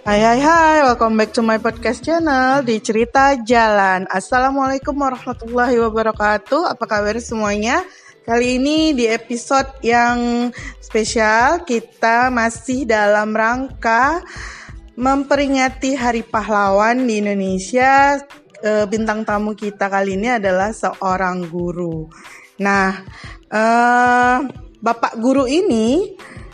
Hai, welcome back to my podcast channel di Cerita Jalan. Assalamualaikum warahmatullahi wabarakatuh. Apa kabar semuanya? Kali ini di episode yang spesial, kita masih dalam rangka memperingati Hari Pahlawan di Indonesia. Bintang tamu kita kali ini adalah seorang guru. Nah, Bapak guru ini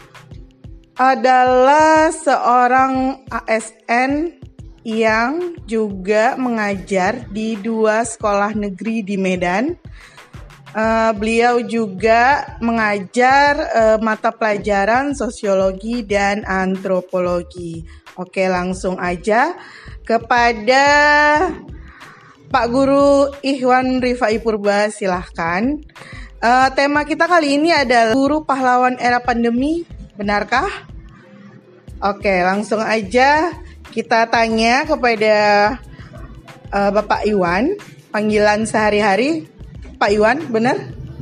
adalah seorang ASN yang juga mengajar di 2 sekolah negeri di Medan. Beliau juga mengajar mata pelajaran sosiologi dan antropologi. Oke, langsung aja kepada Pak Guru Ikhwan Rifai Purba, silahkan. Tema kita kali ini adalah Guru Pahlawan Era Pandemi, benarkah? Oke, langsung aja kita tanya kepada Bapak Iwan. Panggilan sehari-hari Pak Iwan, benar?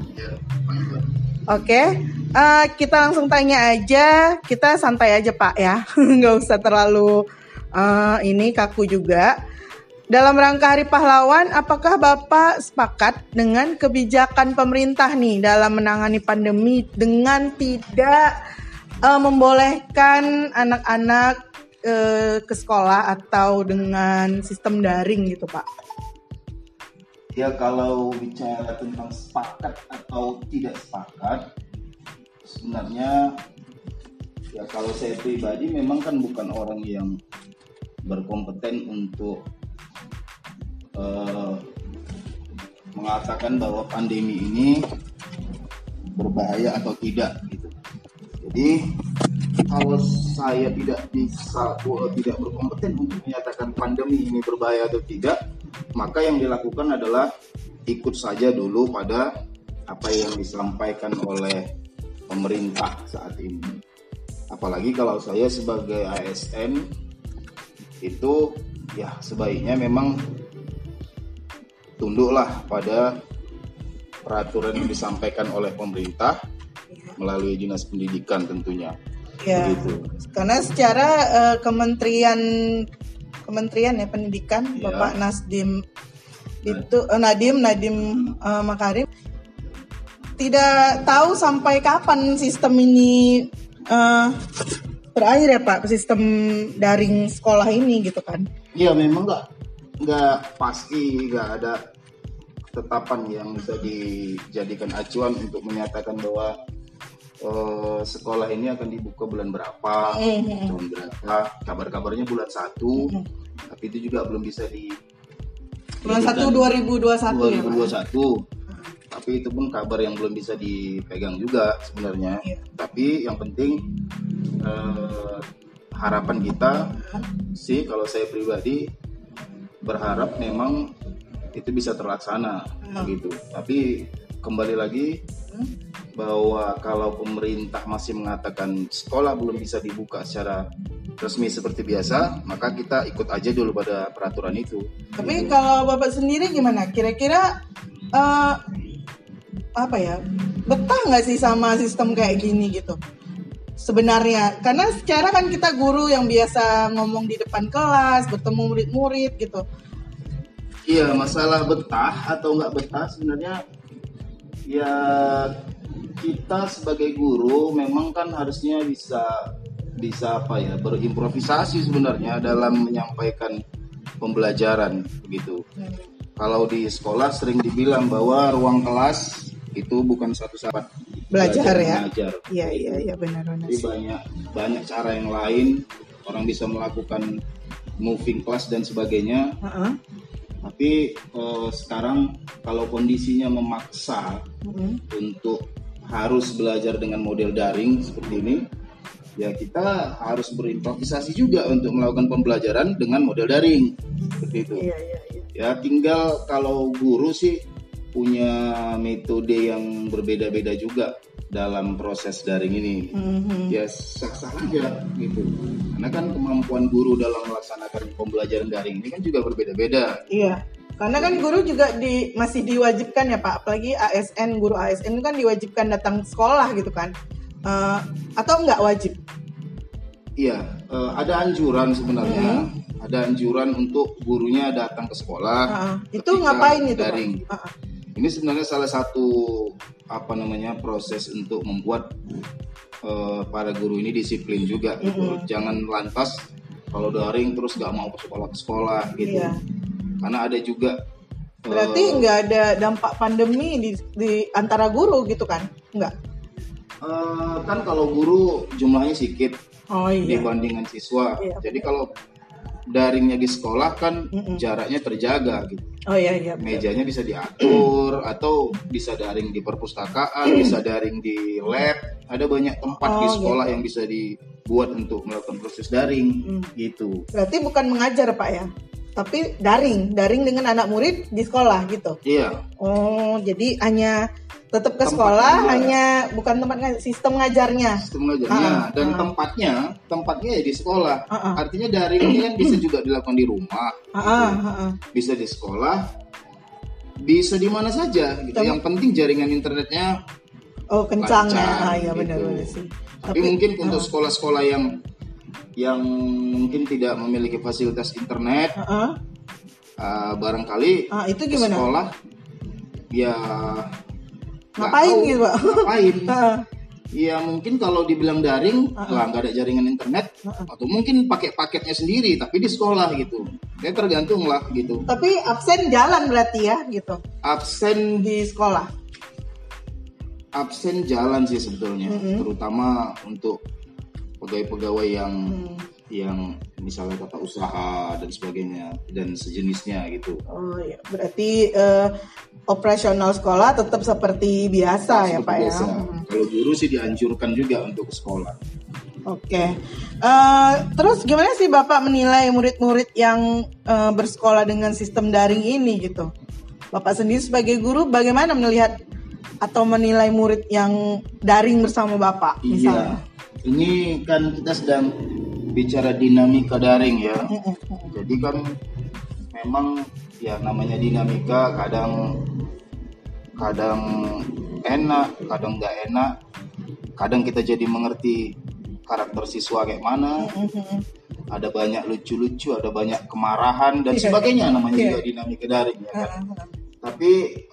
Oke, kita langsung tanya aja. Kita santai aja Pak ya, nggak usah terlalu kaku juga. Dalam rangka Hari Pahlawan, apakah Bapak sepakat dengan kebijakan pemerintah nih dalam menangani pandemi dengan tidak membolehkan anak-anak ke sekolah atau dengan sistem daring gitu Pak? Ya, kalau bicara tentang sepakat atau tidak sepakat, sebenarnya ya kalau saya pribadi memang kan bukan orang yang berkompeten untuk mengatakan bahwa pandemi ini berbahaya atau tidak gitu. Jadi kalau saya tidak berkompeten untuk menyatakan pandemi ini berbahaya atau tidak, maka yang dilakukan adalah ikut saja dulu pada apa yang disampaikan oleh pemerintah saat ini. Apalagi kalau saya sebagai ASN itu ya sebaiknya memang tunduklah pada peraturan yang disampaikan oleh pemerintah melalui Dinas Pendidikan tentunya. Ya, begitu. Karena secara Kementerian ya Pendidikan, ya. Bapak Nasdim itu Nadiem Makarim tidak tahu sampai kapan sistem ini berakhir ya Pak, sistem daring sekolah ini gitu kan? Iya, memang nggak pasti, nggak ada ketetapan yang bisa dijadikan acuan untuk menyatakan bahwa sekolah ini akan dibuka bulan berapa, tahun berapa. Kabar-kabarnya bulan 1, tapi itu juga belum bisa bulan 1 2021. Tapi itu pun kabar yang belum bisa dipegang juga sebenarnya. Tapi yang penting harapan kita sih, kalau saya pribadi berharap memang itu bisa terlaksana begitu. Tapi kembali lagi bahwa kalau pemerintah masih mengatakan sekolah belum bisa dibuka secara resmi seperti biasa, maka kita ikut aja dulu pada peraturan itu. Tapi kalau Bapak sendiri gimana? Kira-kira betah nggak sih sama sistem kayak gini gitu? Sebenarnya, karena secara kan kita guru yang biasa ngomong di depan kelas, bertemu murid-murid gitu. Iya, masalah betah atau nggak betah sebenarnya ya kita sebagai guru memang kan harusnya bisa berimprovisasi sebenarnya dalam menyampaikan pembelajaran begitu. Kalau di sekolah sering dibilang bahwa ruang kelas itu bukan satu saat belajar ya. Iya benar. Jadi banyak cara yang lain, orang bisa melakukan moving class dan sebagainya. Tapi sekarang kalau kondisinya memaksa untuk harus belajar dengan model daring seperti ini, ya kita harus berimprovisasi juga untuk melakukan pembelajaran dengan model daring seperti itu. Iya. Ya tinggal kalau guru sih punya metode yang berbeda-beda juga dalam proses daring ini. Ya sah-sah aja gitu. Karena kan kemampuan guru dalam melaksanakan pembelajaran daring ini kan juga berbeda-beda. Iya. Karena kan guru juga masih diwajibkan ya Pak, apalagi ASN, guru ASN kan diwajibkan datang sekolah gitu kan, atau nggak wajib? Iya, ada anjuran sebenarnya, ada anjuran untuk gurunya datang ke sekolah. Itu ngapain itu, Pak? daring. Ini sebenarnya salah satu proses untuk membuat para guru ini disiplin juga gitu. Jangan lantas kalau daring terus nggak mau ke sekolah gitu. Iya. Karena ada juga Berarti nggak ada dampak pandemi di antara guru gitu kan? Nggak? kan kalau guru jumlahnya sedikit dibandingkan siswa. Iya. Jadi kalau daringnya di sekolah kan jaraknya terjaga gitu. Oh iya. Mejanya bisa diatur atau bisa daring di perpustakaan, bisa daring di lab. Ada banyak tempat di sekolah yang bisa dibuat untuk melakukan proses daring gitu. Berarti bukan mengajar, Pak ya? Tapi daring dengan anak murid di sekolah gitu. Iya. Oh, jadi hanya tetap ke sekolah, hanya bukan sistem ngajarnya. Sistem ngajarnya dan tempatnya ya di sekolah. Artinya daring ini kan bisa juga dilakukan di rumah. Bisa di sekolah, bisa di mana saja gitu. Yang penting jaringan internetnya kencang lancar, ya. Iya gitu. benar sih. Tapi mungkin untuk sekolah-sekolah yang mungkin tidak memiliki fasilitas internet, barangkali itu gimana? Sekolah ya ngapain gitu, Pak? Ngapain? Ya mungkin kalau dibilang daring, nggak ada jaringan internet, atau mungkin pakai paketnya sendiri, tapi di sekolah gitu. Ya tergantung lah gitu. Tapi absen jalan berarti ya gitu? Absen di sekolah? Absen jalan sih sebetulnya, terutama untuk pegawai-pegawai yang misalnya tata usaha dan sebagainya dan sejenisnya gitu. Oh ya, berarti operasional sekolah tetap seperti biasa ya Pak biasa. ya. Kalau guru sih dianjurkan juga untuk ke sekolah. Oke. Terus gimana sih Bapak menilai murid-murid yang bersekolah dengan sistem daring ini gitu? Bapak sendiri sebagai guru bagaimana melihat atau menilai murid yang daring bersama Bapak misalnya? Iya. Ini kan kita sedang bicara dinamika daring ya. Jadi kan memang ya namanya dinamika kadang enak, kadang nggak enak. Kadang kita jadi mengerti karakter siswa kayak mana. Ada banyak lucu-lucu, ada banyak kemarahan dan sebagainya, namanya juga dinamika daring ya kan. Tapi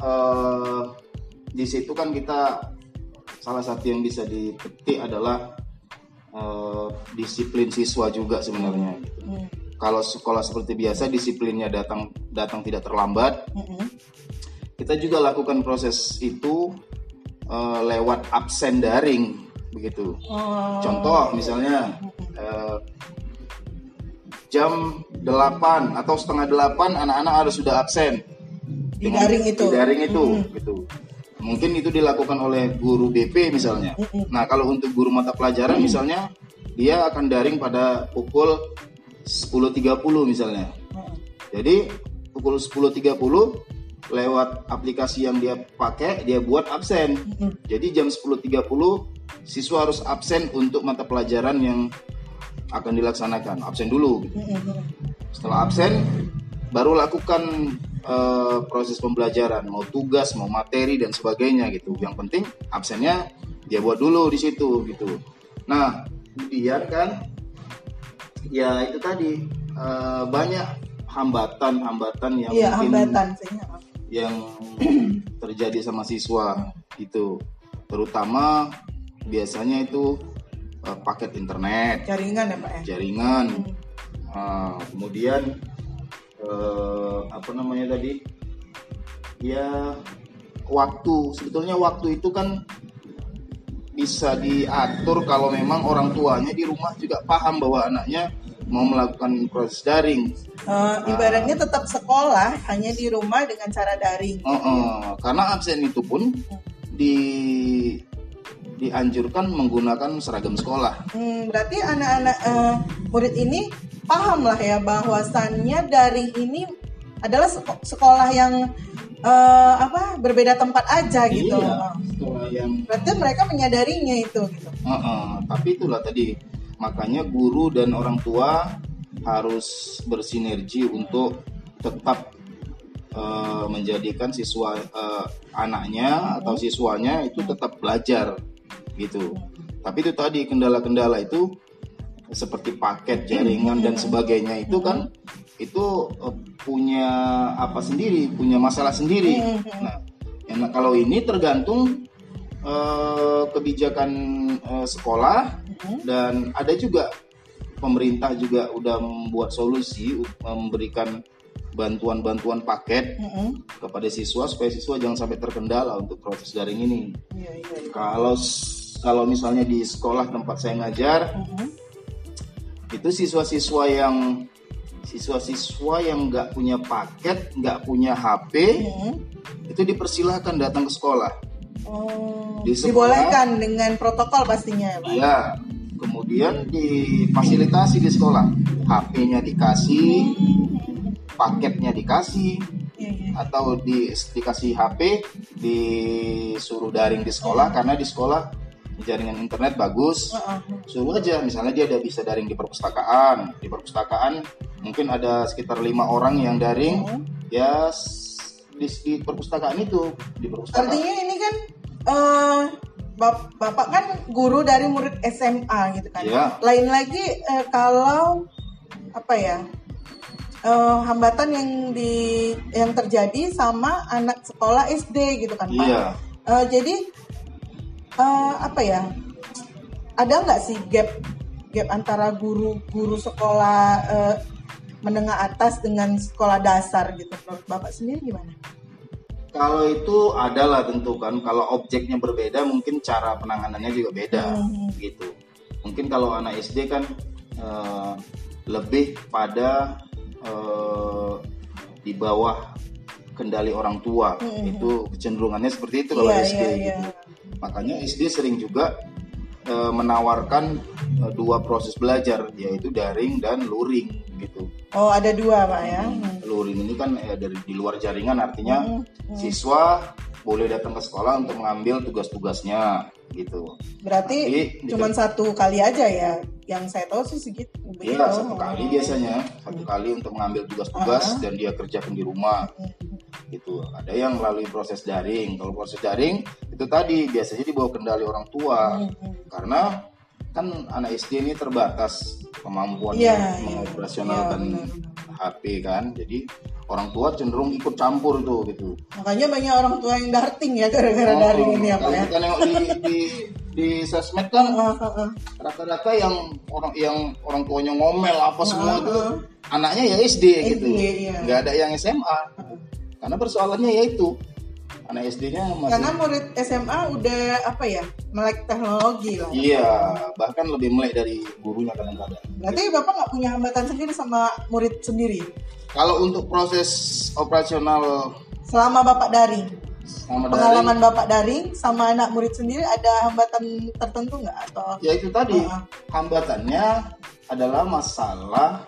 di situ kan kita salah satu yang bisa dipetik adalah disiplin siswa juga sebenarnya. Kalau sekolah seperti biasa disiplinnya datang tidak terlambat. Kita juga lakukan proses itu lewat absen daring begitu. Contoh misalnya jam 8 atau setengah 8 anak-anak harus sudah absen di daring itu. Gitu. Mungkin itu dilakukan oleh guru BP misalnya. Nah, kalau untuk guru mata pelajaran misalnya dia akan daring pada pukul 10.30 misalnya. Jadi pukul 10.30 lewat aplikasi yang dia pakai dia buat absen. Jadi jam 10.30 siswa harus absen untuk mata pelajaran yang akan dilaksanakan. Absen dulu gitu. Setelah absen baru lakukan proses pembelajaran, mau tugas, mau materi dan sebagainya gitu. Yang penting absennya dia buat dulu di situ gitu. Nah, kemudian kan ya itu tadi banyak hambatan yang yang terjadi sama siswa gitu. Terutama biasanya itu paket internet, jaringan ya Pak ya. Jaringan. Kemudian ya waktu, sebetulnya waktu itu kan bisa diatur kalau memang orang tuanya di rumah juga paham bahwa anaknya mau melakukan proses daring. Ibaratnya tetap sekolah hanya di rumah dengan cara daring. Karena absen itu pun dianjurkan menggunakan seragam sekolah. Berarti anak-anak murid ini paham lah ya bahwasannya daring ini adalah sekolah yang berbeda tempat aja gitu. Iya, sekolah yang berarti mereka menyadarinya itu gitu. Tapi itulah tadi makanya guru dan orang tua harus bersinergi untuk tetap menjadikan siswa anaknya atau siswanya itu tetap belajar gitu. Tapi itu tadi kendala-kendala itu seperti paket, jaringan dan sebagainya itu kan itu punya apa sendiri, punya masalah sendiri. Nah, kalau ini tergantung kebijakan sekolah, dan ada juga pemerintah juga udah membuat solusi memberikan bantuan paket kepada siswa supaya siswa jangan sampai terkendala untuk proses daring ini. Kalau misalnya di sekolah tempat saya ngajar, itu siswa-siswa yang nggak punya paket, nggak punya HP, itu dipersilahkan datang ke sekolah. Dibolehkan dengan protokol pastinya ya Pak? Iya, kemudian difasilitasi di sekolah, HP-nya dikasih, paketnya dikasih, atau dikasih HP, disuruh daring di sekolah karena di sekolah jaringan internet bagus. Suruh aja, misalnya dia udah bisa daring di perpustakaan. Di perpustakaan mungkin ada sekitar 5 orang yang daring, ya di perpustakaan itu, di perpustakaan. Artinya ini kan Bapak kan guru dari murid SMA gitu kan. Lain lagi kalau apa ya, hambatan yang terjadi sama anak sekolah SD gitu kan Pak. Jadi apa ya, ada nggak sih gap antara guru sekolah menengah atas dengan sekolah dasar gitu? Menurut Bapak sendiri gimana? Kalau itu adalah tentu kan, kalau objeknya berbeda mungkin cara penanganannya juga beda gitu. Mungkin kalau anak SD kan lebih pada di bawah kendali orang tua, itu kecenderungannya seperti itu kalau SD gitu. Makanya SD sering juga menawarkan 2 proses belajar, yaitu daring dan luring gitu. Oh, ada 2 Pak ya. Luring ini kan dari di luar jaringan, artinya siswa boleh datang ke sekolah untuk mengambil tugas-tugasnya gitu. Berarti cuma 1 kali aja ya, yang saya tahu sih segitu. Iya, 1 kali biasanya, 1 kali untuk mengambil tugas-tugas dan dia kerjakan di rumah. Gitu. Ada yang melalui proses daring. Kalau proses daring itu tadi biasanya di bawah kendali orang tua, karena kan anak SD ini terbatas kemampuannya mengoperasionalkan HP kan, jadi orang tua cenderung ikut campur tuh gitu. Makanya banyak orang tua yang darting ya gara-gara daring ini apa ya. Kita nengok di sosmed kan rata-rata yang orang tuanya ngomel apa semua itu anaknya ya SD gitu, nggak ada yang SMA. Karena persoalannya yaitu anak SD-nya masih, karena murid SMA udah apa ya, melek teknologi lah. Iya, bahkan lebih melek dari gurunya kadang-kadang. Berarti Bapak nggak punya hambatan sendiri sama murid sendiri? Kalau untuk proses operasional selama Bapak daring, pengalaman Bapak daring sama anak murid sendiri ada hambatan tertentu nggak? Atau ya itu tadi hambatannya adalah masalah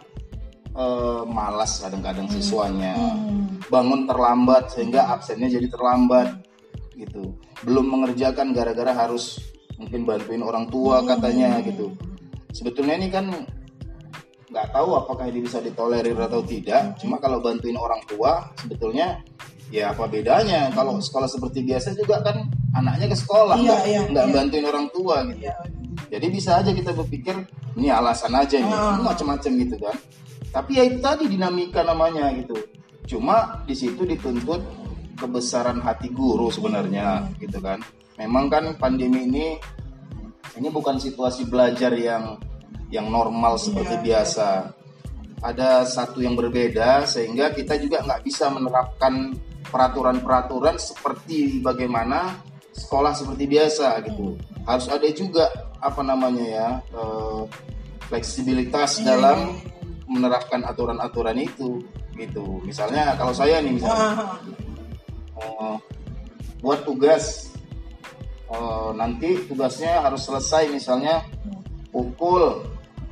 malas kadang-kadang siswanya, bangun terlambat sehingga absennya jadi terlambat gitu, belum mengerjakan gara-gara harus mungkin bantuin orang tua katanya gitu. Sebetulnya ini kan nggak tahu apakah ini bisa ditolerir atau tidak, cuma kalau bantuin orang tua sebetulnya ya apa bedanya kalau sekolah seperti biasa juga kan anaknya ke sekolah, nggak bantuin orang tua gitu. Jadi bisa aja kita berpikir ini alasan aja nih, macam-macam gitu kan. Tapi ya itu tadi dinamika namanya gitu. Cuma di situ dituntut kebesaran hati guru sebenarnya gitu kan. Memang kan pandemi ini bukan situasi belajar yang normal seperti biasa. Ada satu yang berbeda sehingga kita juga nggak bisa menerapkan peraturan-peraturan seperti bagaimana sekolah seperti biasa gitu. Harus ada juga fleksibilitas dalam menerapkan aturan-aturan itu gitu. Misalnya kalau saya nih buat tugas nanti tugasnya harus selesai misalnya pukul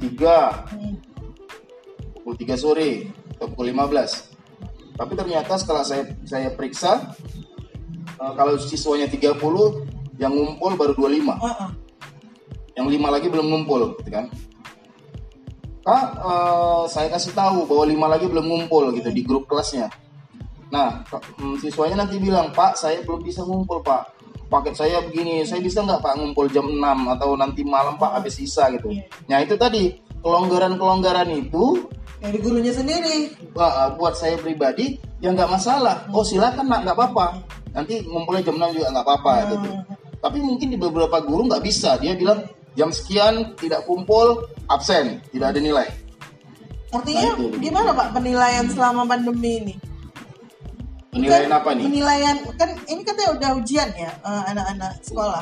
3 sore atau pukul 15. Tapi ternyata setelah saya periksa kalau siswanya 30 yang ngumpul baru 25. Yang 5 lagi belum ngumpul gitu kan. Kak, saya kasih tahu bahwa 5 lagi belum ngumpul gitu di grup kelasnya. Nah, siswanya nanti bilang, Pak, saya belum bisa ngumpul, Pak. Paket saya begini, saya bisa nggak Pak ngumpul jam 6 atau nanti malam Pak habis sisa gitu. Nah itu tadi kelonggaran itu Dari gurunya sendiri. buat saya pribadi ya nggak masalah. Oh silakan nak, nggak apa-apa. Nanti ngumpulnya jam 6 juga nggak apa-apa gitu. Tapi mungkin di beberapa guru nggak bisa. Dia bilang jam sekian tidak kumpul, absen, tidak ada nilai. Artinya gimana Pak penilaian selama pandemi ini? Penilaian apa nih? Penilaian kan ini katanya udah ujian ya anak-anak sekolah.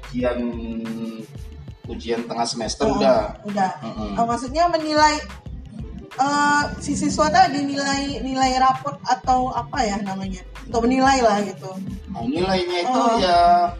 Ujian tengah semester udah. Maksudnya menilai si siswa tadi nilai raport atau apa ya namanya? Untuk menilai lah gitu. Nilainya itu ya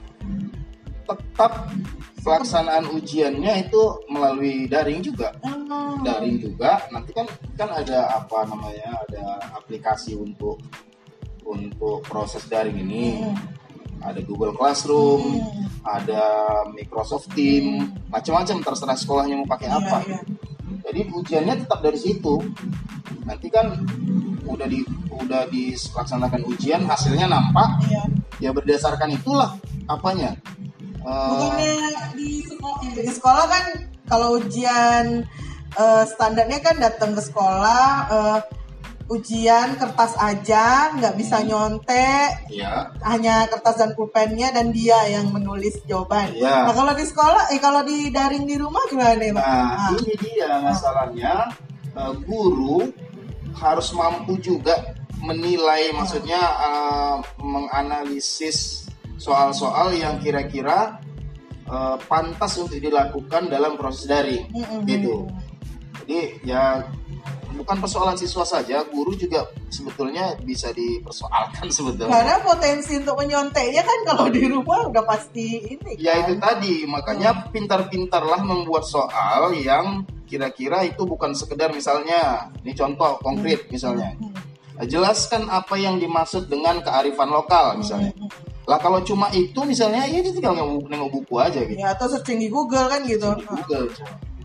tetap pelaksanaan ujiannya itu melalui daring juga. Daring juga. Nanti kan ada apa namanya? Ada aplikasi untuk proses daring ini. Ada Google Classroom, ada Microsoft Teams, macam-macam, terserah sekolahnya mau pakai apa. Jadi ujiannya tetap dari situ. Nanti kan udah dilaksanakan ujian, hasilnya nampak. Ya berdasarkan itulah apanya. Bukannya di sekolah kan kalau ujian standarnya kan datang ke sekolah ujian kertas aja, nggak bisa nyontek, hanya kertas dan pulpennya dan dia yang menulis jawaban. Nah kalau di sekolah, kalau di daring di rumah gimana nih Pak? Ini dia masalahnya, guru harus mampu juga menilai, maksudnya menganalisis soal-soal yang kira-kira pantas untuk dilakukan dalam proses daring, gitu. Jadi ya bukan persoalan siswa saja, guru juga sebetulnya bisa dipersoalkan sebetulnya. Karena potensi untuk menyonteknya kan kalau di rumah udah pasti ini. Ya itu tadi, makanya pintar-pintarlah membuat soal yang kira-kira itu bukan sekedar misalnya, ini contoh konkret misalnya. Jelaskan apa yang dimaksud dengan kearifan lokal misalnya. Lah kalau cuma itu misalnya, ya dia tinggal nengok buku aja gitu. Ya atau searching di Google kan gitu. Di Google.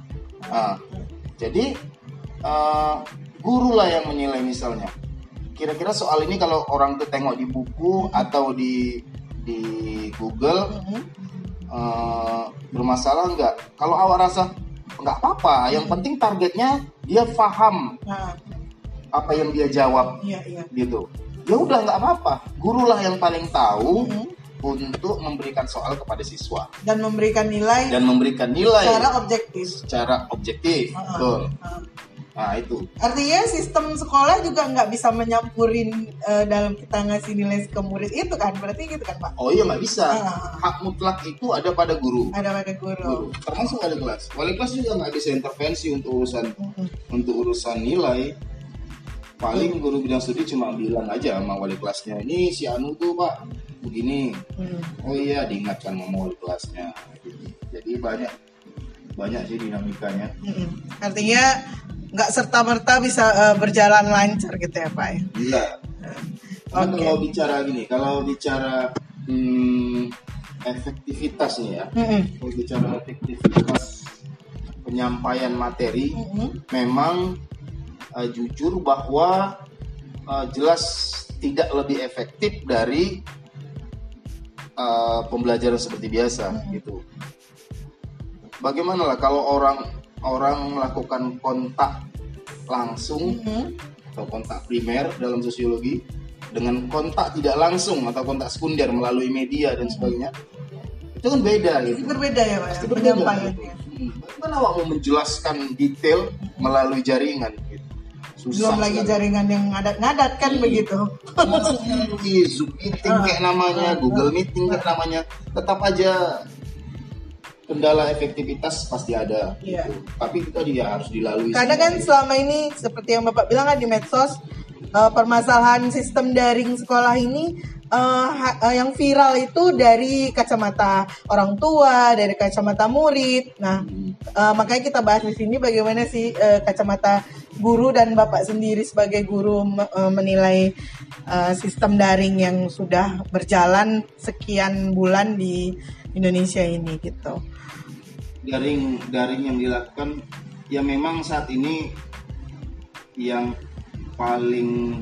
Jadi guru lah yang menilai misalnya. Kira-kira soal ini kalau orang tuh tengok di buku atau di Google bermasalah nggak? Kalau awak rasa nggak apa-apa, yang penting targetnya dia paham apa yang dia jawab, gitu. Ya udah nggak apa-apa. Guru lah yang paling tahu untuk memberikan soal kepada siswa dan memberikan nilai secara objektif, betul. Nah itu. Artinya sistem sekolah juga nggak bisa menyampurin dalam kita ngasih nilai ke murid itu kan, berarti gitu kan Pak? Oh iya nggak bisa. Hak mutlak itu ada pada guru. Ada pada guru. Termasuk wali kelas. Wali kelas juga nggak bisa intervensi untuk urusan nilai. Paling guru bidang studi cuma bilang aja sama wali kelasnya, ini si Anu tuh Pak begini. Oh iya diingatkan sama wali kelasnya. Jadi banyak sih dinamikanya. Artinya nggak serta-merta bisa berjalan lancar gitu ya Pak ya? Enggak. Kalau bicara efektivitas nih ya, kalau bicara efektivitas penyampaian materi, memang jujur bahwa jelas tidak lebih efektif dari pembelajaran seperti biasa gitu. Bagaimana lah kalau orang melakukan kontak langsung atau kontak primer dalam sosiologi dengan kontak tidak langsung atau kontak sekunder melalui media dan sebagainya, itu kan beda gitu. Berbeda ya Pak, penyampaiannya. Bagaimana awak mau menjelaskan detail melalui jaringan gitu? Susah. Belum lagi jaringan yang ngadat-ngadat kan begitu. Zoom meeting kayak namanya, Google Meeting kayak namanya, tetap aja kendala efektivitas pasti ada. Gitu. Tapi itu tadi ya harus dilalui. Karena kan selama ini seperti yang Bapak bilang kan di medsos, permasalahan sistem daring sekolah ini yang viral itu dari kacamata orang tua, dari kacamata murid. Nah, makanya kita bahas di sini bagaimana sih kacamata guru dan Bapak sendiri sebagai guru menilai sistem daring yang sudah berjalan sekian bulan di Indonesia ini gitu. Daring yang dilakukan ya memang saat ini yang paling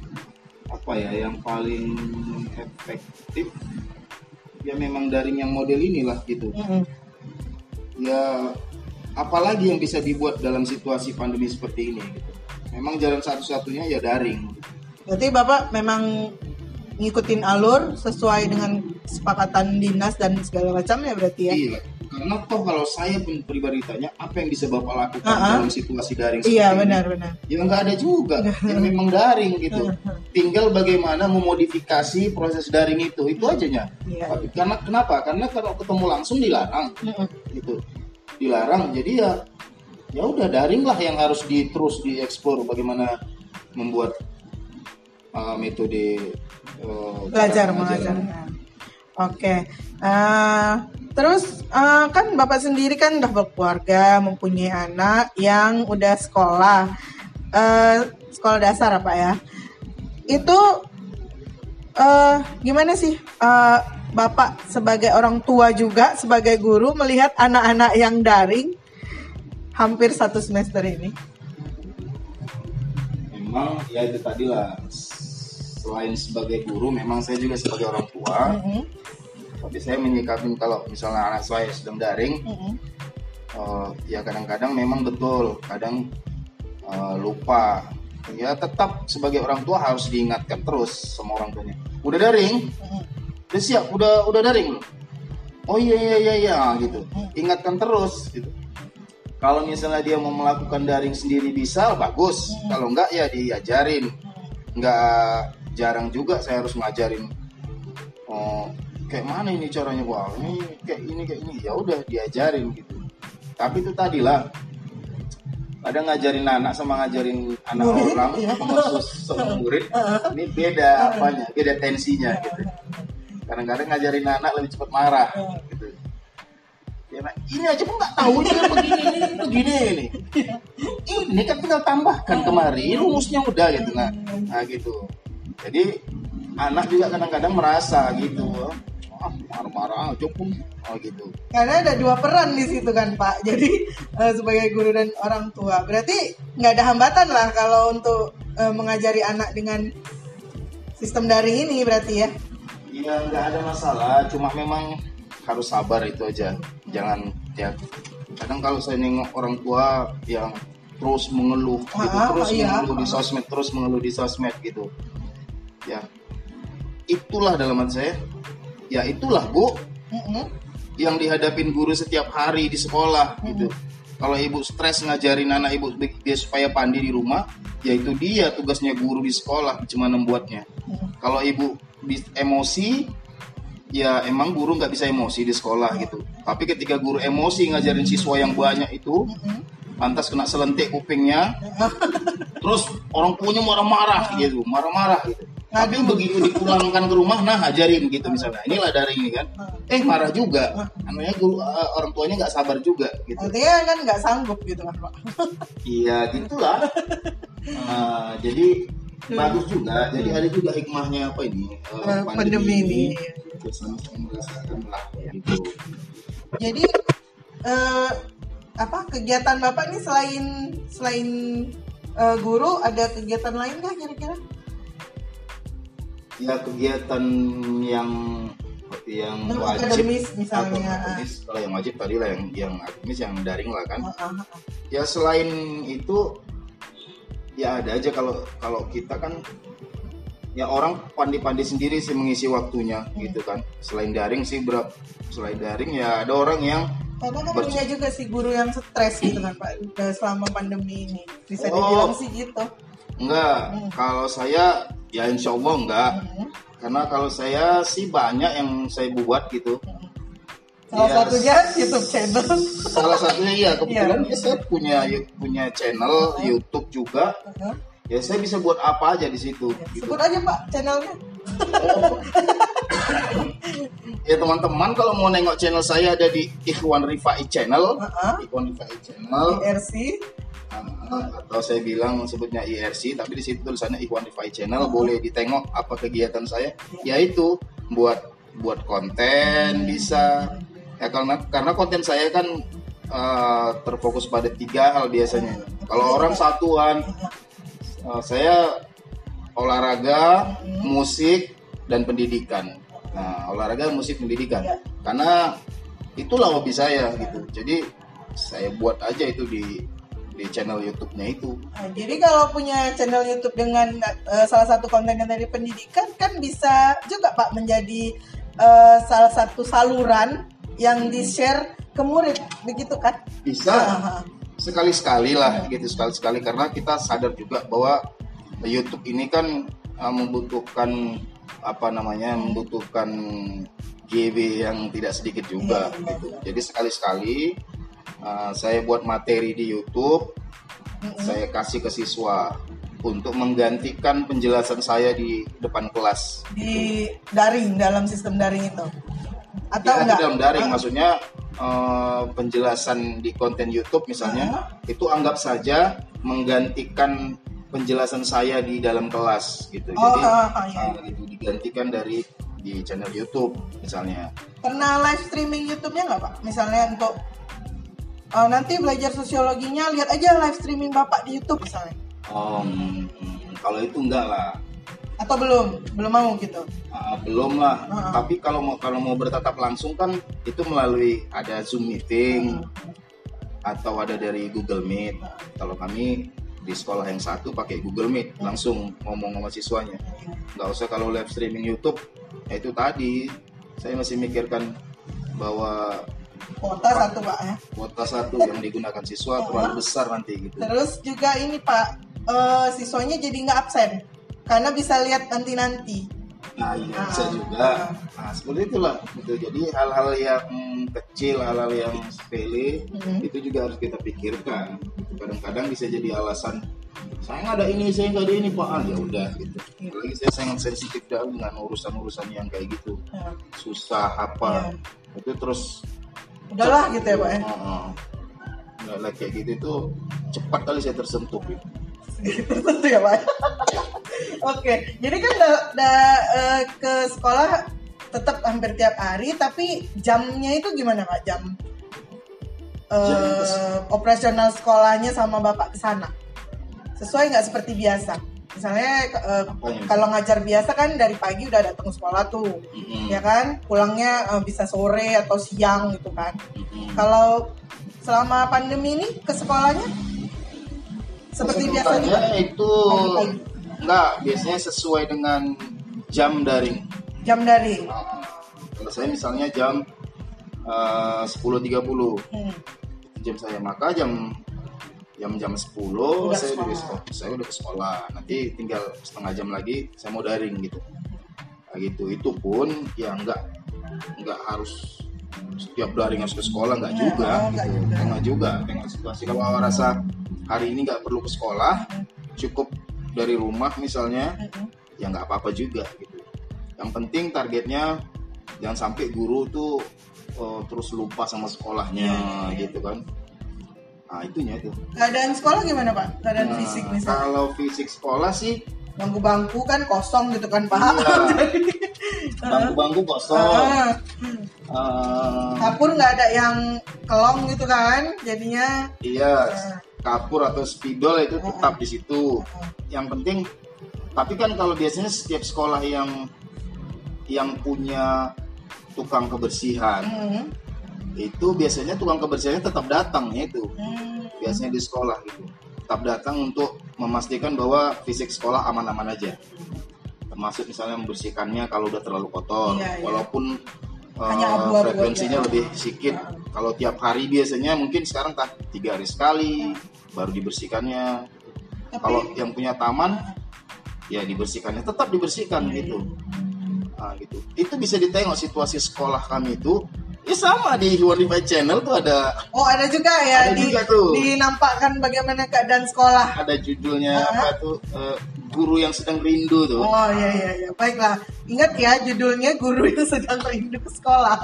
efektif ya memang daring yang model inilah gitu. Ya apalagi yang bisa dibuat dalam situasi pandemi seperti ini gitu. Memang jalan satu-satunya ya daring. Berarti Bapak memang ngikutin alur sesuai dengan kesepakatan dinas dan segala macamnya berarti ya? Iya, karena toh kalau saya pun pribadi tanya apa yang bisa Bapak lakukan dalam situasi daring seperti iya, ini? benar. Ya nggak ada juga, ya memang daring gitu. Tinggal bagaimana memodifikasi proses daring itu aja. Iya. Tapi karena kenapa? Karena kalau ketemu langsung dilarang, gitu, dilarang. Jadi ya udah daring lah yang harus terus dieksplor bagaimana membuat metode belajar mengajar. Oke. Terus kan Bapak sendiri kan udah berkeluarga, mempunyai anak yang udah sekolah dasar Pak ya. Itu gimana sih Bapak sebagai orang tua juga, sebagai guru melihat anak-anak yang daring hampir 1 semester ini? Memang ya itu tadi lah. Selain sebagai guru, memang saya juga sebagai orang tua. Tapi saya menyikapi kalau misalnya anak saya sedang daring, ya kadang-kadang memang betul, kadang lupa. Ya tetap sebagai orang tua harus diingatkan terus sama orang tuanya. Udah daring? Udah siap? Udah daring? Oh iya gitu. Ingatkan terus gitu. Kalau misalnya dia mau melakukan daring sendiri bisa, bagus. Kalau enggak ya diajarin. Enggak jarang juga saya harus ngajarin. Kayak mana ini caranya, wah ini kayak ini. Ya udah diajarin gitu. Tapi itu tadi lah. Ada ngajarin anak sama ngajarin anak orang khusus murid. Ini beda apanya, beda tensinya gitu. Kadang-kadang ngajarin anak lebih cepat marah gitu. Nah, ini aja pun nggak tahu ini begini ini. Ini kan tinggal tambahkan kemari, rumusnya udah gitu nah gitu. Jadi anak juga kadang-kadang merasa gitu, marah-marah aja pun gitu. Karena ada 2 peran di situ kan Pak. Jadi sebagai guru dan orang tua, berarti nggak ada hambatan lah kalau untuk mengajari anak dengan sistem daring ini berarti ya? Iya nggak ada masalah, cuma memang harus sabar itu aja. Jangan ya. Kadang kalau saya nengok orang tua yang terus mengeluh gitu, mengeluh di sosmed gitu. Ya, itulah dalam hati saya. Ya itulah Bu, yang dihadapin guru setiap hari di sekolah gitu. Kalau ibu stres ngajarin anak ibu dia supaya pandai di rumah, ya itu dia tugasnya guru di sekolah, cuma membuatnya. Kalau ibu emosi, ya emang guru nggak bisa emosi di sekolah gitu. Tapi ketika guru emosi ngajarin siswa yang banyak itu, lantas kena selentik kupingnya, terus orang tuanya marah-marah gitu. Tapi begitu dipulangkan ke rumah, nah ajarin gitu misalnya. Inilah daring ini kan. Marah juga. Namanya guru orang tuanya nggak sabar juga gitu. Artinya kan nggak sanggup gitu kan Pak. Iya gitulah. Jadi bagus juga. Jadi ada juga hikmahnya apa ini? Pandemi ini. Sama-sama merasakan lah gitu. Jadi kegiatan Bapak ini selain guru ada kegiatan lain nggak kira-kira? Ya kegiatan yang wajib akademis misalnya. Akademis, kalau yang wajib tadi lah yang akademis yang daring lah kan. Ya selain itu ya ada aja kalau kita kan ya orang pandai-pandai sendiri sih mengisi waktunya gitu kan. Selain daring ya ada orang yang karena kan punya juga sih guru yang stres gitu kan Pak selama pandemi ini. Bisa dibilang sih gitu. Enggak, kalau saya ya insya Allah enggak. Karena kalau saya sih banyak yang saya buat gitu. Salah satunya YouTube channel. Salah satunya iya, kebetulan ya saya punya channel YouTube juga. Ya saya bisa buat apa aja di situ. Gitu. Sebut aja Pak channelnya. Ya teman-teman kalau mau nengok channel saya ada di Ikhwan Rifai Channel. Ikhwan Rifai Channel. IRC. Atau saya bilang sebutnya IRC, tapi di situ tulisannya Ikhwan Rifai Channel. Boleh ditengok apa kegiatan saya, yaitu buat konten bisa ya karena konten saya kan terfokus pada 3 hal biasanya. Kalau orang satuan, saya olahraga, musik, dan pendidikan. Nah, olahraga, musik, pendidikan, karena itulah hobi saya gitu. Jadi saya buat aja itu di channel YouTube-nya itu. Nah, jadi kalau punya channel YouTube dengan salah satu konten yang dari pendidikan kan bisa juga Pak menjadi salah satu saluran yang di-share ke murid, begitu kan? Bisa sekali-sekali lah gitu, sekali-sekali, karena kita sadar juga bahwa YouTube ini kan membutuhkan membutuhkan GB yang tidak sedikit juga gitu. Jadi sekali-sekali saya buat materi di YouTube, saya kasih ke siswa untuk menggantikan penjelasan saya di depan kelas. Di daring, dalam sistem daring itu? Atau ya, enggak? Dalam daring, maksudnya penjelasan di konten YouTube misalnya, itu anggap saja menggantikan penjelasan saya di dalam kelas gitu. Jadi itu digantikan di channel YouTube misalnya. Pernah live streaming YouTube-nya nggak Pak? Misalnya untuk nanti belajar sosiologinya, lihat aja live streaming Bapak di YouTube misalnya. Kalau itu enggak lah. Atau belum mau gitu? Belum lah. Tapi kalau mau bertatap langsung kan itu melalui ada Zoom meeting atau ada dari Google Meet. Kalau kami di sekolah yang satu pakai Google Meet, langsung ngomong sama siswanya. Nggak usah kalau live streaming YouTube. Itu tadi saya masih mikirkan bahwa kuota satu Pak ya. Kuota satu yang digunakan siswa terlalu besar nanti gitu. Terus juga ini Pak, siswanya jadi nggak absen karena bisa lihat nanti. Nah iya bisa juga. Nah seperti itulah gitu. Jadi hal-hal yang kecil, hal-hal yang sepele itu juga harus kita pikirkan. Kadang-kadang bisa jadi alasan saya nggak ada ini, saya nggak ada ini Pak. Ya udah gitu. Apalagi saya sangat sensitif dengan urusan-urusan yang kayak gitu. Susah apa itu terus. Udahlah gitu ya Pak ya. Nggak kayak gitu itu cepat kali saya tersentuh gitu. Tersentuh ya Pak. Oke, jadi kan ke sekolah tetap hampir tiap hari, tapi jamnya itu gimana Pak? Jam operasional sekolahnya sama Bapak ke sana sesuai nggak seperti biasa? Misalnya kalau ngajar biasa kan dari pagi udah datang sekolah tuh, ya kan? Pulangnya bisa sore atau siang gitu kan. Kalau selama pandemi ini ke sekolahnya seperti biasanya? Itu enggak, biasanya sesuai dengan jam daring. Jam daring. Kalau saya misalnya jam 10.30 jam saya, maka jam 10 saya udah ke sekolah. Nanti tinggal setengah jam lagi saya mau daring gitu. Nah, gitu. Itu pun ya enggak harus setiap daring harus ke sekolah, enggak juga. Dengan situasi kalau rasa hari ini nggak perlu ke sekolah, cukup dari rumah misalnya, ya nggak apa-apa juga gitu. Yang penting targetnya jangan sampai guru tuh terus lupa sama sekolahnya gitu kan. Nah itunya itu. Keadaan sekolah gimana Pak? Keadaan fisik misalnya? Kalau fisik sekolah sih bangku-bangku kan kosong gitu kan Pak. Bangku-bangku kosong. Kapur nggak ada yang kelong gitu kan jadinya. Iya. Kapur atau spidol itu tetap di situ. Yang penting, tapi kan kalau biasanya setiap sekolah yang punya tukang kebersihan, itu biasanya tukang kebersihannya tetap datang itu. Biasanya di sekolah gitu. Tetap datang untuk memastikan bahwa fisik sekolah aman-aman aja. Termasuk misalnya membersihkannya kalau udah terlalu kotor, walaupun frekuensinya lebih sedikit. Kalau tiap hari biasanya mungkin sekarang 3 hari sekali baru dibersihkannya. Kalau yang punya taman ya dibersihkannya, tetap dibersihkan gitu. Nah, gitu. Itu bisa ditengok situasi sekolah kami itu. Ya sama di Warnify Channel tuh ada. Oh ada juga ya. Ada juga tuh. Dinampakkan bagaimana keadaan sekolah. Ada judulnya apa tuh? Guru yang sedang rindu tuh. Oh iya. Baiklah. Ingat ya judulnya Guru yang sedang rindu ke sekolah.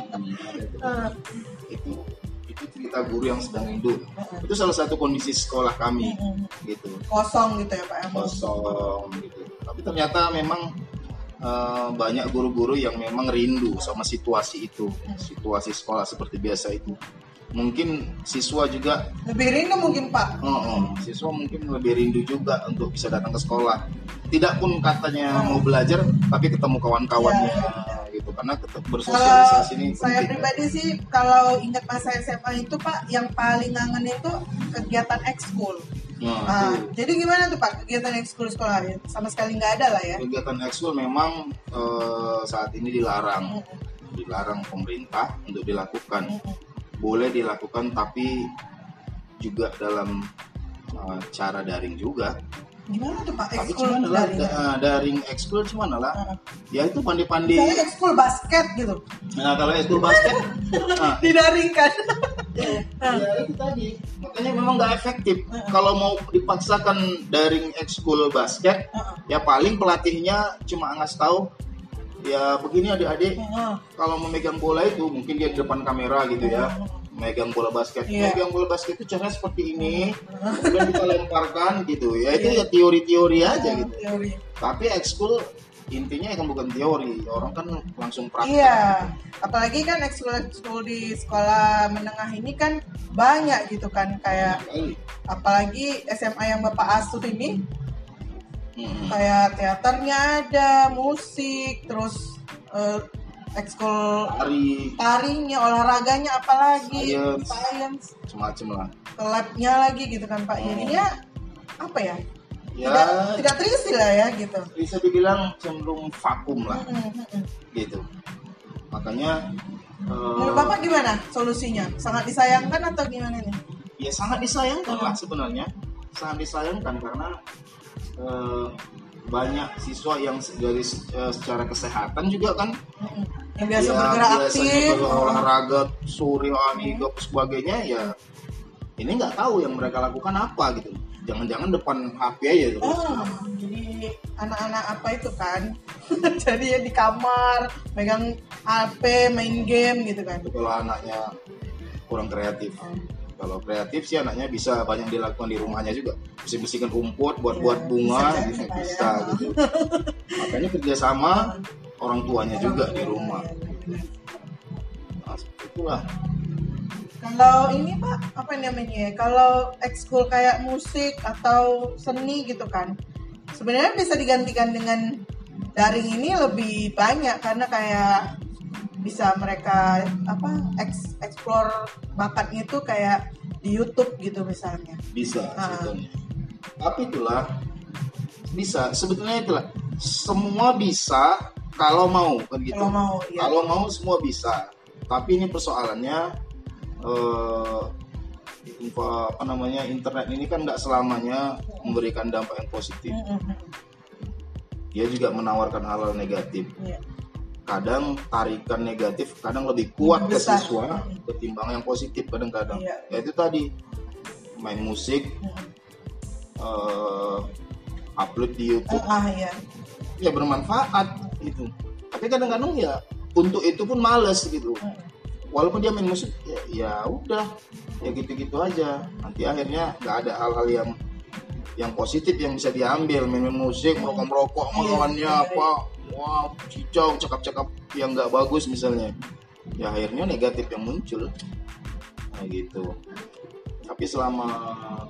Itu cerita guru yang sedang rindu. Itu salah satu kondisi sekolah kami gitu. Kosong gitu ya Pak. Kosong gitu. Tapi ternyata memang banyak guru-guru yang memang rindu sama situasi itu, situasi sekolah seperti biasa itu. Mungkin siswa juga lebih rindu mungkin Pak. Siswa mungkin lebih rindu juga untuk bisa datang ke sekolah. Tidak pun katanya mau belajar, tapi ketemu kawan-kawannya gitu. gitu, karena bersosialisasi ini saya penting. pribadi sih kalau ingat masa SMA itu Pak, yang paling ngangen itu kegiatan ekskul. Jadi gimana tuh Pak kegiatan ekskul sekolah? Sama sekali nggak ada lah ya? Kegiatan ekskul memang saat ini dilarang pemerintah untuk dilakukan. Boleh dilakukan tapi juga dalam cara daring juga. Gimana tuh Pak Tapi ekskul cuman daring ekskul cuman lah. Ya itu pandai-pandai. Misalnya ekskul basket gitu. Nah kalau ekskul basket Didaringkan. ya itu tadi. Makanya memang nggak efektif. Kalau mau dipaksakan daring ekskul basket, ya paling pelatihnya cuma ngasih tahu ya begini adik-adik, kalau memegang bola itu mungkin dia di depan kamera gitu ya. Megang bola basket, megang bola basket itu caranya seperti ini, kemudian kita lemparkan gitu ya. Itu ya teori-teori aja gitu. Teori. Tapi ekskul intinya kan bukan teori, orang kan langsung praktek. Iya, apalagi kan ekskul di sekolah menengah ini kan banyak gitu kan, kayak apalagi SMA yang Bapak asuh ini, kayak teaternya ada, musik, terus ekskul tarinya, olahraganya apalagi, science, semacam lah. labnya lagi gitu kan Pak. Jadinya apa ya? Ya, tidak terisi lah ya gitu. Bisa dibilang cenderung vakum lah, gitu. Makanya. Menurut Bapak gimana solusinya? Sangat disayangkan atau gimana nih? Ya sangat disayangkan lah sebenarnya, sangat disayangkan karena banyak siswa yang dari secara kesehatan juga kan. Yang biasa bergerak aktif, olahraga sore hari dan sebagainya, ya ini nggak tahu yang mereka lakukan apa gitu. Jangan-jangan depan HP aja terus. Jadi anak-anak apa itu kan? Jadi ya di kamar megang HP, main game gitu kan. Itu kalau anaknya kurang kreatif. Kalau kreatif sih anaknya bisa banyak dilakukan di rumahnya juga. Bersih-bersihkan rumput, buat bunga, bisa gitu. Makanya kerjasama orang tuanya juga di rumah. Nah, seperti itulah. Kalau ini Pak, apa namanya? Kalau ekskul kayak musik atau seni gitu kan, sebenarnya bisa digantikan dengan daring ini lebih banyak karena kayak bisa mereka explore bakatnya itu kayak di YouTube gitu misalnya. Bisa sebetulnya. Tapi itulah bisa sebetulnya itulah semua bisa kalau mau kan gitu. Kalau mau semua bisa. Tapi ini persoalannya internet ini kan nggak selamanya memberikan dampak yang positif. Dia juga menawarkan hal-hal negatif. Kadang tarikan negatif kadang lebih kuat ke siswa ketimbang yang positif kadang-kadang. Ya itu tadi main musik, upload di YouTube, ya bermanfaat gitu. Tapi kadang-kadang ya untuk itu pun males gitu. Walaupun dia main musik ya udah ya gitu-gitu aja. Nanti akhirnya nggak ada hal-hal yang positif yang bisa diambil. Main musik, merokok melawannya apa, wah cicau, cakap-cakap yang nggak bagus misalnya. Ya akhirnya negatif yang muncul. Nah gitu. Tapi selama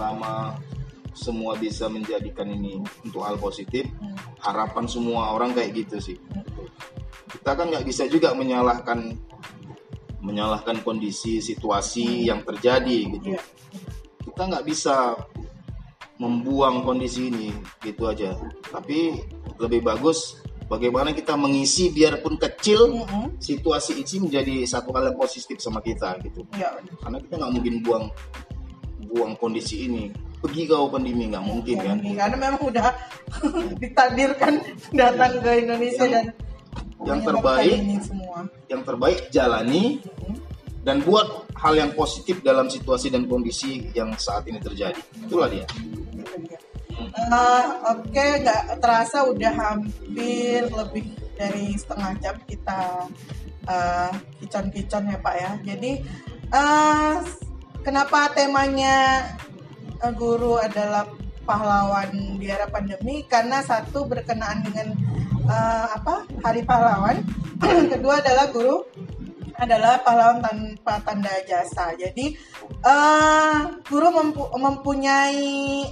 semua bisa menjadikan ini untuk hal positif, harapan semua orang kayak gitu sih. Kita kan nggak bisa juga menyalahkan kondisi situasi yang terjadi gitu. Kita nggak bisa membuang kondisi ini gitu aja. Tapi lebih bagus bagaimana kita mengisi biarpun kecil situasi ini menjadi satu hal yang positif sama kita gitu. Karena kita nggak mungkin buang kondisi ini. Pergi kau pandemi nggak mungkin kan? Karena memang udah ditakdirkan datang ke Indonesia dan yang terbaik jalani dan buat hal yang positif dalam situasi dan kondisi yang saat ini terjadi. Itulah dia. Oke, nggak terasa udah hampir lebih dari setengah jam kita kicon-kicon ya Pak ya. Jadi kenapa temanya guru adalah pahlawan di era pandemi? Karena satu berkenaan dengan Hari Pahlawan, kedua adalah guru adalah pahlawan tanpa tanda jasa. Jadi guru mempunyai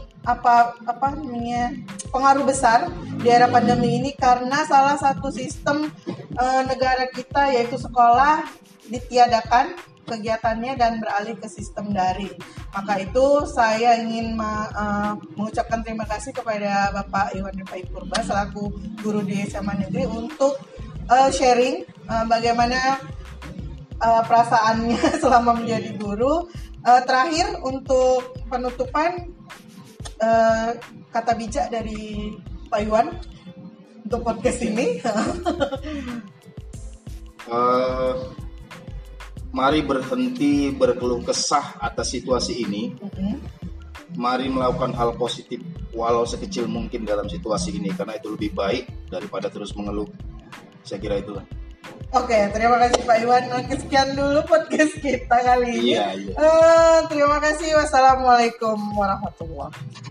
pengaruh besar di era pandemi ini karena salah satu sistem negara kita yaitu sekolah ditiadakan kegiatannya dan beralih ke sistem daring. Maka itu saya ingin mengucapkan terima kasih kepada Bapak Iwan Rifai Purba selaku guru di SMA Negeri untuk sharing bagaimana perasaannya selama menjadi guru. Terakhir untuk penutupan kata bijak dari Pak Iwan untuk podcast ini. Mari berhenti berkeluh kesah atas situasi ini. Mari melakukan hal positif walau sekecil mungkin dalam situasi ini, karena itu lebih baik daripada terus mengeluh. Saya kira itulah. Oke, terima kasih Pak Iwan. Sekian dulu podcast kita kali ini. Iya. Terima kasih. Wassalamualaikum warahmatullahi wabarakatuh.